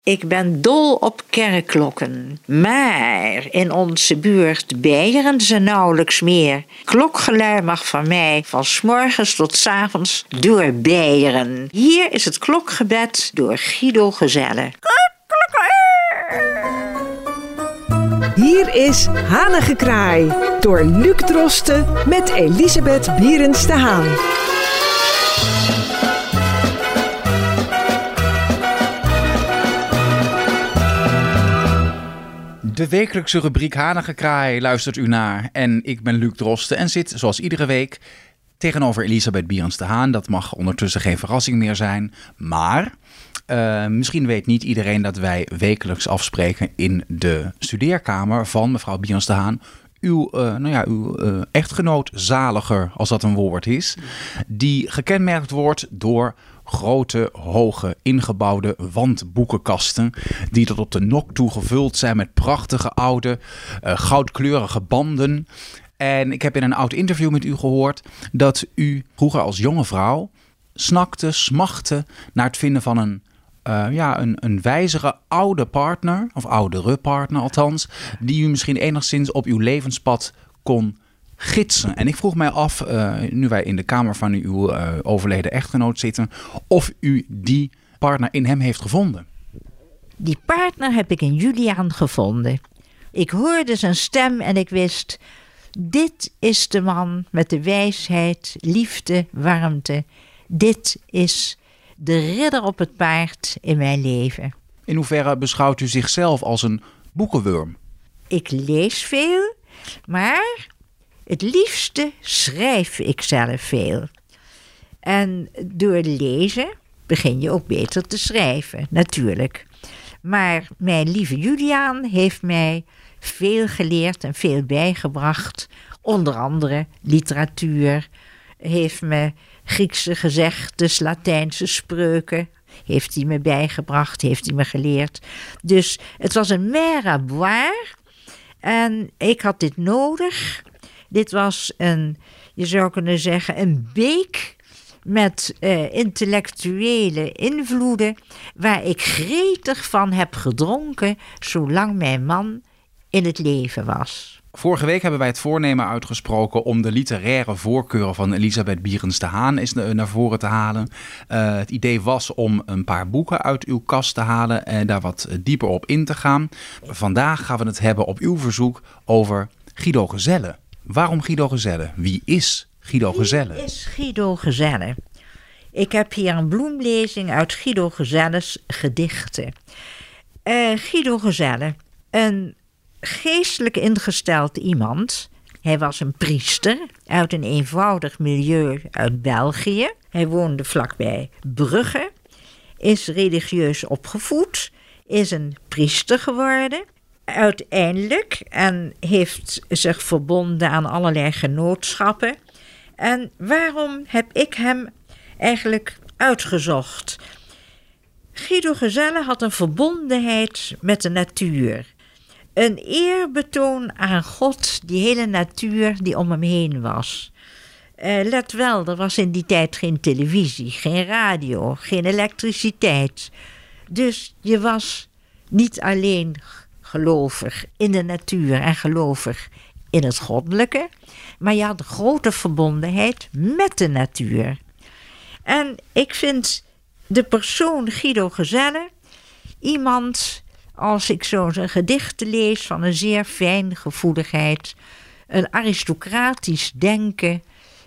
Ik ben dol op kerkklokken, maar in onze buurt beieren ze nauwelijks meer. Klokgelui mag van mij van 's morgens tot 's avonds doorbeieren. Hier is het klokgebed door Guido Gezelle. Hier is Hanengekraai door Luc Drosten met Elisabeth Bierens de Haan. De wekelijkse rubriek Hanengekraai luistert u naar. En ik ben Luc Drosten en zit zoals iedere week tegenover Elisabeth Bierens de Haan. Dat mag ondertussen geen verrassing meer zijn. Maar misschien weet niet iedereen dat wij wekelijks afspreken in de studeerkamer van mevrouw Bierens de Haan. Uw echtgenoot Zaliger, als dat een woord is, die gekenmerkt wordt door grote, hoge, ingebouwde wandboekenkasten die tot op de nok toe gevuld zijn met prachtige oude, goudkleurige banden. En ik heb in een oud interview met u gehoord dat u vroeger als jonge vrouw smachtte naar het vinden van een wijzere oude partner, of oudere partner althans, die u misschien enigszins op uw levenspad kon gidsen. En ik vroeg mij af, nu wij in de kamer van uw overleden echtgenoot zitten, of u die partner in hem heeft gevonden. Die partner heb ik in Juliaan gevonden. Ik hoorde zijn stem en ik wist, dit is de man met de wijsheid, liefde, warmte. Dit is de ridder op het paard in mijn leven. In hoeverre beschouwt u zichzelf als een boekenwurm? Ik lees veel, maar het liefste schrijf ik zelf veel. En door lezen begin je ook beter te schrijven, natuurlijk. Maar mijn lieve Juliaan heeft mij veel geleerd en veel bijgebracht. Onder andere literatuur, heeft me Griekse gezegdes, Latijnse spreuken, heeft hij me bijgebracht, heeft hij me geleerd. Dus het was een mer à boire en ik had dit nodig. Dit was je zou kunnen zeggen, een beek met intellectuele invloeden waar ik gretig van heb gedronken zolang mijn man in het leven was. Vorige week hebben wij het voornemen uitgesproken om de literaire voorkeuren van Elisabeth Bierens de Haan eens naar voren te halen. Het idee was om een paar boeken uit uw kast te halen en daar wat dieper op in te gaan. Vandaag gaan we het hebben op uw verzoek over Guido Gezelle. Waarom Guido Gezelle? Wie is Guido Gezelle? Wie is Guido Gezelle? Ik heb hier een bloemlezing uit Guido Gezelle's gedichten. Guido Gezelle, een geestelijk ingesteld iemand. Hij was een priester uit een eenvoudig milieu uit België. Hij woonde vlakbij Brugge, is religieus opgevoed, is een priester geworden uiteindelijk en heeft zich verbonden aan allerlei genootschappen. En waarom heb ik hem eigenlijk uitgezocht? Guido Gezelle had een verbondenheid met de natuur. Een eerbetoon aan God, die hele natuur die om hem heen was. Let wel, er was in die tijd geen televisie, geen radio, geen elektriciteit. Dus je was niet alleen gelovig in de natuur en gelovig in het goddelijke, maar je had een grote verbondenheid met de natuur. En ik vind de persoon Guido Gezelle iemand, als ik zo zijn gedichten lees, van een zeer fijne gevoeligheid, een aristocratisch denken,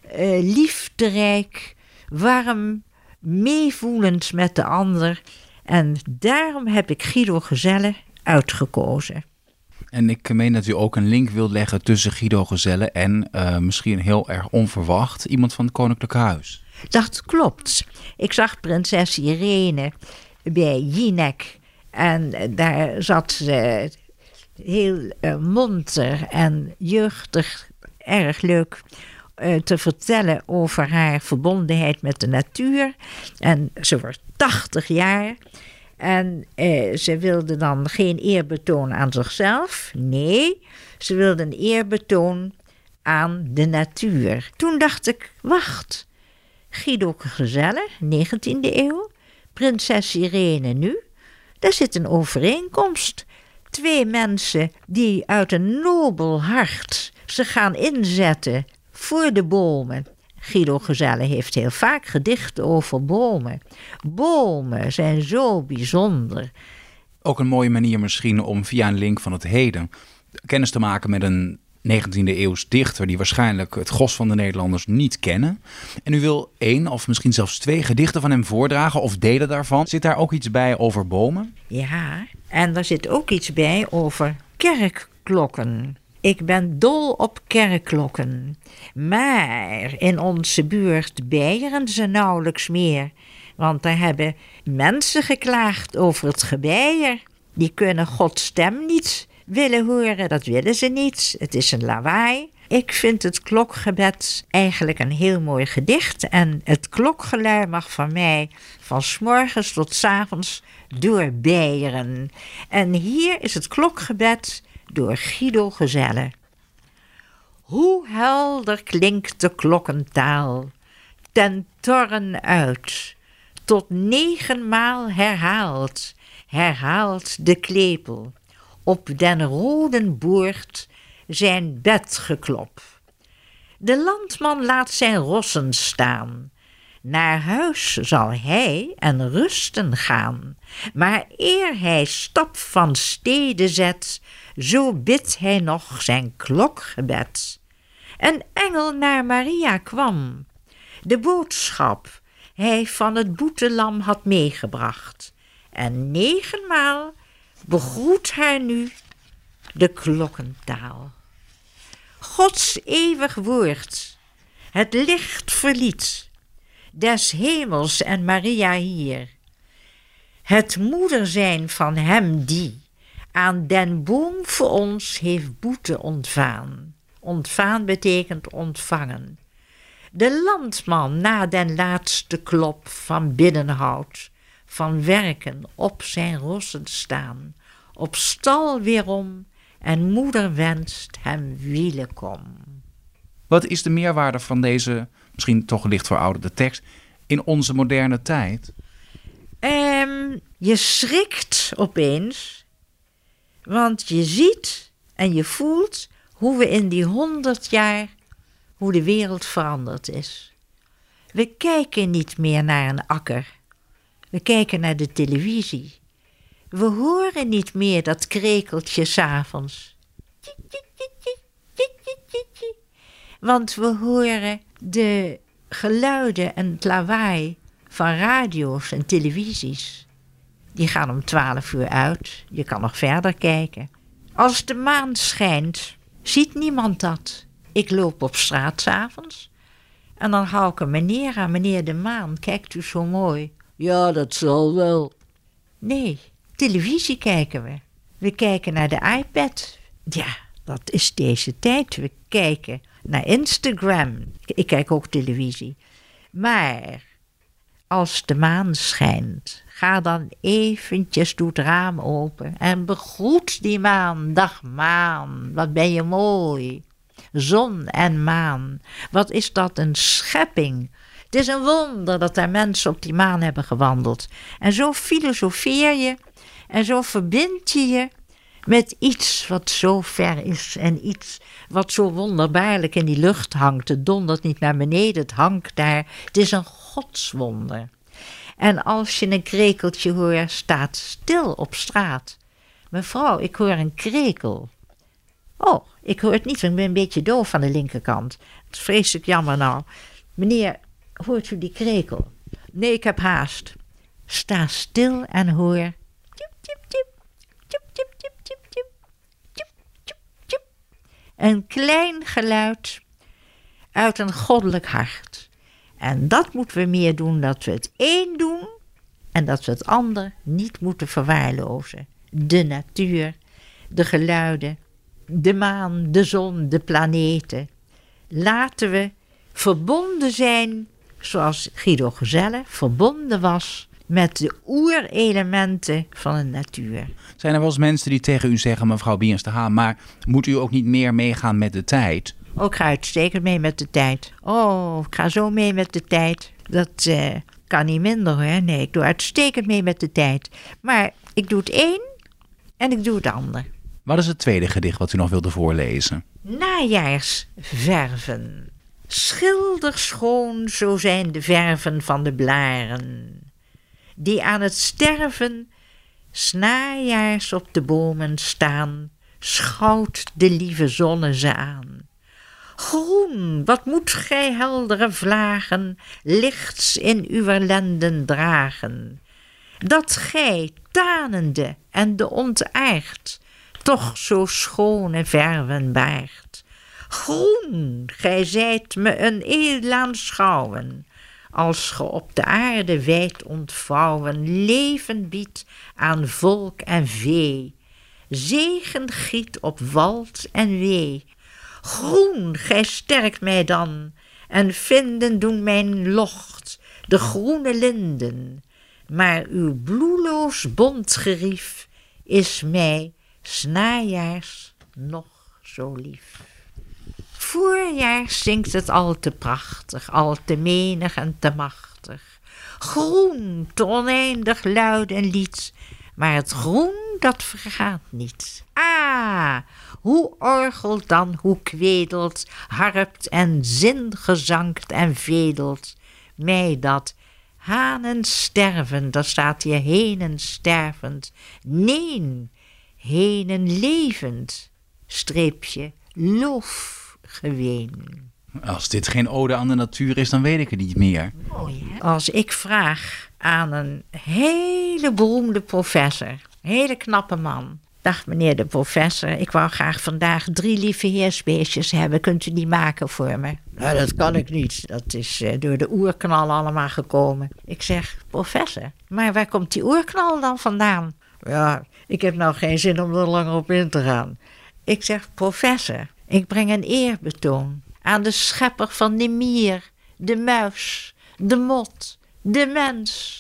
liefderijk, warm, meevoelend met de ander. En daarom heb ik Guido Gezelle uitgekozen. En ik meen dat u ook een link wilt leggen tussen Guido Gezelle en misschien heel erg onverwacht iemand van het Koninklijk Huis. Dat klopt. Ik zag prinses Irene bij Jinek en daar zat ze heel monter en jeugdig, erg leuk te vertellen over haar verbondenheid met de natuur. En ze wordt 80 jaar en ze wilde dan geen eerbetoon aan zichzelf. Nee, ze wilde een eerbetoon aan de natuur. Toen dacht ik, wacht, Guido Gezelle, 19e eeuw, prinses Irene nu. Daar zit een overeenkomst. 2 mensen die uit een nobel hart ze gaan inzetten voor de bomen. Guido Gezelle heeft heel vaak gedichten over bomen. Bomen zijn zo bijzonder. Ook een mooie manier misschien om via een link van het heden kennis te maken met een 19e eeuws dichter die waarschijnlijk het gros van de Nederlanders niet kennen. En u wil 1 of misschien zelfs 2 gedichten van hem voordragen of delen daarvan. Zit daar ook iets bij over bomen? Ja, en daar zit ook iets bij over kerkklokken. Ik ben dol op kerkklokken. Maar in onze buurt beieren ze nauwelijks meer. Want daar hebben mensen geklaagd over het gebeier. Die kunnen Gods stem niet willen horen, dat willen ze niet. Het is een lawaai. Ik vind het klokgebed eigenlijk een heel mooi gedicht. En het klokgelui mag van mij van 's morgens tot 's avonds doorbeieren. En hier is het klokgebed door Guido Gezelle. Hoe helder klinkt de klokkentaal, ten toren uit, tot 9 maal herhaald, herhaalt de klepel, op den roden boord zijn bedgeklop. De landman laat zijn rossen staan, naar huis zal hij en rusten gaan, maar eer hij stap van stede zet, zo bidt hij nog zijn klokgebed. Een engel naar Maria kwam, de boodschap hij van het boetelam had meegebracht, en 9 maal begroet haar nu de klokkentaal. Gods eeuwig woord, het licht verliet, des hemels en Maria hier, het moeder zijn van hem die aan den boom voor ons heeft boete ontvaan. Ontvaan betekent ontvangen. De landman na den laatste klop van binnenhoud, van werken op zijn rossen staan, op stal weerom en moeder wenst hem wielekom. Wat is de meerwaarde van deze, misschien toch licht verouderde tekst, in onze moderne tijd? Je schrikt opeens, want je ziet en je voelt hoe we in die 100 jaar, hoe de wereld veranderd is. We kijken niet meer naar een akker. We kijken naar de televisie. We horen niet meer dat krekeltje 's avonds. Want we horen de geluiden en het lawaai van radio's en televisies. Die gaan om 12 uur uit. Je kan nog verder kijken. Als de maan schijnt, ziet niemand dat. Ik loop op straat 's avonds. En dan hou ik een meneer aan. Meneer de maan, kijkt u zo mooi? Ja, dat zal wel. Nee, televisie kijken we. We kijken naar de iPad. Ja, dat is deze tijd. We kijken naar Instagram. Ik kijk ook televisie. Maar als de maan schijnt, ga dan eventjes, doe het raam open en begroet die maan. Dag maan, wat ben je mooi. Zon en maan, wat is dat een schepping. Het is een wonder dat er mensen op die maan hebben gewandeld. En zo filosofeer je en zo verbind je je met iets wat zo ver is en iets wat zo wonderbaarlijk in die lucht hangt. Het dondert niet naar beneden, het hangt daar. Het is een godswonder. En als je een krekeltje hoort, staat stil op straat. Mevrouw, ik hoor een krekel. Oh, ik hoor het niet, want ik ben een beetje doof aan de linkerkant. Het is vreselijk jammer nou. Meneer, hoort u die krekel? Nee, ik heb haast. Sta stil en hoor. Tjip, tjip, tjip. Tjip, tjip, tjip, tjip, tjip. Tjip, tjip, tjip. Een klein geluid uit een goddelijk hart. En dat moeten we meer doen, dat we het een doen en dat we het ander niet moeten verwaarlozen. De natuur, de geluiden, de maan, de zon, de planeten. Laten we verbonden zijn, zoals Guido Gezelle verbonden was met de oerelementen van de natuur. Zijn er wel eens mensen die tegen u zeggen, mevrouw Bierens de Haan, maar moet u ook niet meer meegaan met de tijd? Ik ga uitstekend mee met de tijd. Oh, ik ga zo mee met de tijd. Dat kan niet minder hoor. Nee, ik doe uitstekend mee met de tijd. Maar Ik doe het een en ik doe het ander. Wat is het tweede gedicht wat u nog wilde voorlezen? Najaarsverven. Schilderschoon, zo zijn de verven van de blaren, die aan het sterven 's najaars op de bomen staan, schouwt de lieve zonne ze aan. Groen, wat moet gij heldere vlagen lichts in uw lenden dragen, dat gij, tanende en de ontaard, toch zo schone verven baart. Groen, gij zijt me een edel aanschouwen, als ge op de aarde wijd ontvouwen leven biedt aan volk en vee, zegen giet op wald en wee. Groen, gij sterkt mij dan, en vinden doen mijn locht de groene linden, maar uw bloeloos bontgerief is mij 's najaars nog zo lief. Voorjaars zingt het al te prachtig, al te menig en te machtig. Groen, te oneindig luid en lied, maar het groen dat vergaat niet. Ah, hoe orgelt dan, hoe kwedelt, harpt en zingezankt en vedelt mij dat hanen sterven, daar staat hier henen stervend, neen, henen levend, streepje, loof geween. Als dit geen ode aan de natuur is, dan weet ik het niet meer. Mooi, hè? Als ik vraag aan een hele beroemde professor, een hele knappe man. Dag meneer de professor, ik wou graag vandaag 3 lieve heersbeestjes hebben. Kunt u die maken voor me? Nou, dat kan ik niet. Dat is door de oerknal allemaal gekomen. Ik zeg, professor, maar waar komt die oerknal dan vandaan? Ja, ik heb nou geen zin om er langer op in te gaan. Ik zeg, professor, ik breng een eerbetoon aan de schepper van de mier, de muis, de mot, de mens.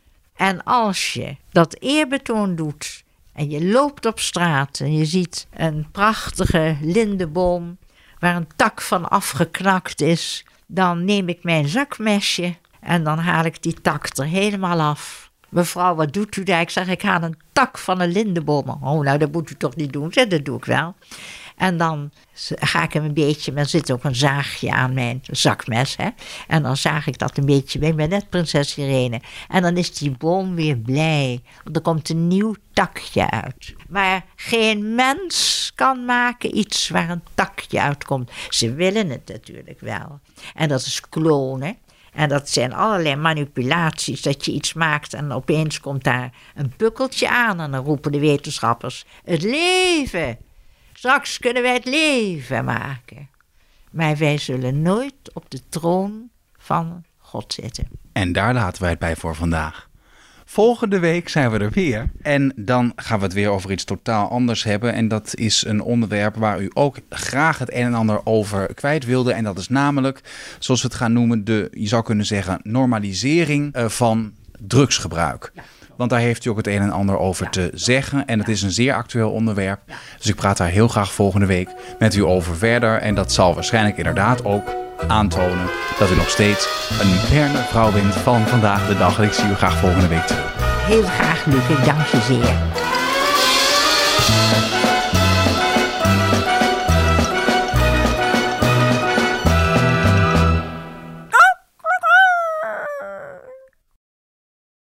En als je dat eerbetoon doet en je loopt op straat en je ziet een prachtige lindenboom waar een tak van afgeknakt is, dan neem ik mijn zakmesje en dan haal ik die tak er helemaal af. Mevrouw, wat doet u daar? Ik zeg, ik haal een tak van een lindenboom. Oh, nou, dat moet u toch niet doen? Zeg, dat doe ik wel. En dan ga ik hem een beetje, er zit ook een zaagje aan mijn zakmes, hè. En dan zaag ik dat een beetje, ik ben net prinses Irene. En dan is die boom weer blij, want er komt een nieuw takje uit. Maar geen mens kan maken iets waar een takje uitkomt. Ze willen het natuurlijk wel. En dat is klonen. En dat zijn allerlei manipulaties, dat je iets maakt en opeens komt daar een pukkeltje aan. En dan roepen de wetenschappers, het leven! Straks kunnen wij het leven maken. Maar wij zullen nooit op de troon van God zitten. En daar laten wij het bij voor vandaag. Volgende week zijn we er weer. En dan gaan we het weer over iets totaal anders hebben. En dat is een onderwerp waar u ook graag het een en ander over kwijt wilde. En dat is namelijk, zoals we het gaan noemen, je zou kunnen zeggen, normalisering van drugsgebruik. Ja. Want daar heeft u ook het een en ander over te zeggen. En het is een zeer actueel onderwerp. Dus ik praat daar heel graag volgende week met u over verder. En dat zal waarschijnlijk inderdaad ook aantonen dat u nog steeds een moderne vrouw bent van vandaag de dag. En ik zie u graag volgende week terug. Heel graag, Luc. Ik dank je zeer.